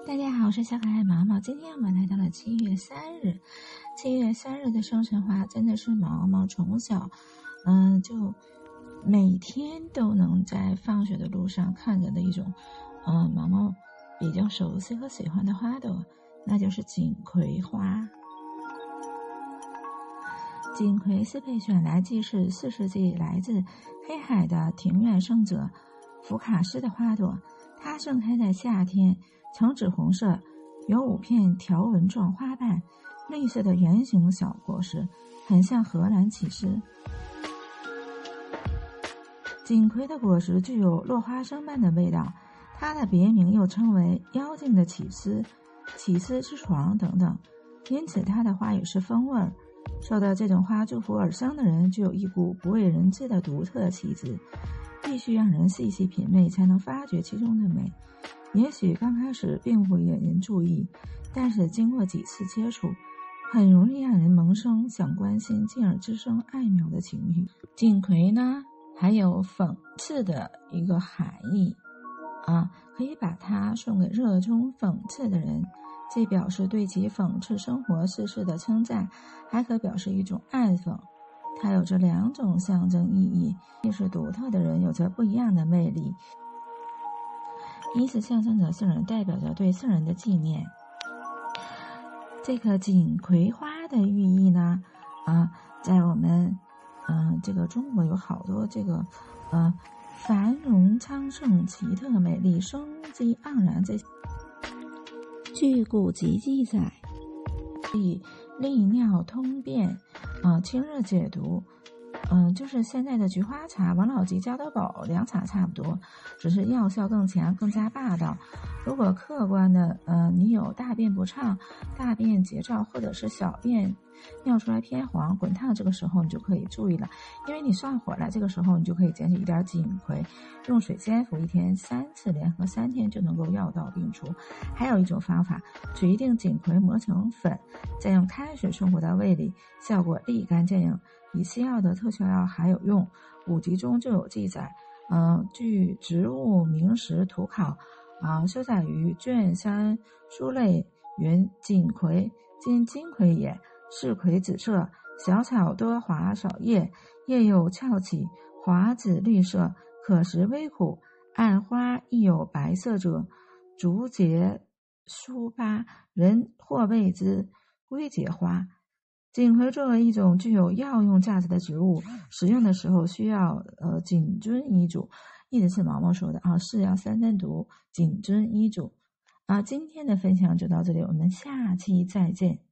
大家好，我是小可爱毛毛。今天我们来到了7月3日。7月3日的生辰花真的是毛毛从小，就每天都能在放学的路上看着的一种，毛毛比较熟悉和喜欢的花朵，那就是锦葵花。锦葵是被选来祭祀4世纪来自黑海的庭院圣者福卡斯的花朵。它盛开在夏天，橙紫红色，有5片条纹状花瓣，绿色的圆形小果实，很像荷兰起司。锦葵的果实具有落花生般的味道，它的别名又称为妖精的起司、起司之床等等，因此它的花语是风味儿。受到这种花祝福而生的人，具有一股不为人知的独特气质，必须让人细细品味才能发掘其中的美。也许刚开始并不引人注意，但是经过几次接触，很容易让人萌生想关心，进而滋生爱苗的情绪。锦葵呢，还有讽刺的一个含义可以把它送给热衷讽刺的人，既表示对其讽刺生活世事的称赞，还可表示一种暗讽。它有着2种象征意义，意识独特的人有着不一样的魅力。一是象征着圣人，代表着对圣人的纪念。这个锦葵花的寓意呢，在我们这个中国有好多这个繁荣昌盛、奇特美丽、生机盎然这些。据古籍记载，以利尿通便清热解毒，就是现在的菊花茶、王老吉、加多宝凉茶差不多，只是药效更强，更加霸道。如果客观的你有大便不畅、大便结燥，或者是小便尿出来偏黄滚烫，这个时候你就可以注意了，因为你上火了，这个时候你就可以捡起一点锦葵，用水煎服1天3次，连喝3天就能够药到病除。还有一种方法，取一锭锦葵磨成粉，再用开水冲服到胃里，效果立竿见影，比西药的特效药还有用。古籍中就有记载，据植物名实图考修载于卷3书类云：锦葵，今金葵也，是葵紫色，小草多华少叶，叶有翘起，华紫绿色，可食微苦，按花亦有白色者，竹节疏疤，人或谓之龟节花。锦葵作为一种具有药用价值的植物，使用的时候需要谨遵医嘱，意思是毛毛说的是药3分毒，谨遵医嘱。今天的分享就到这里，我们下期再见。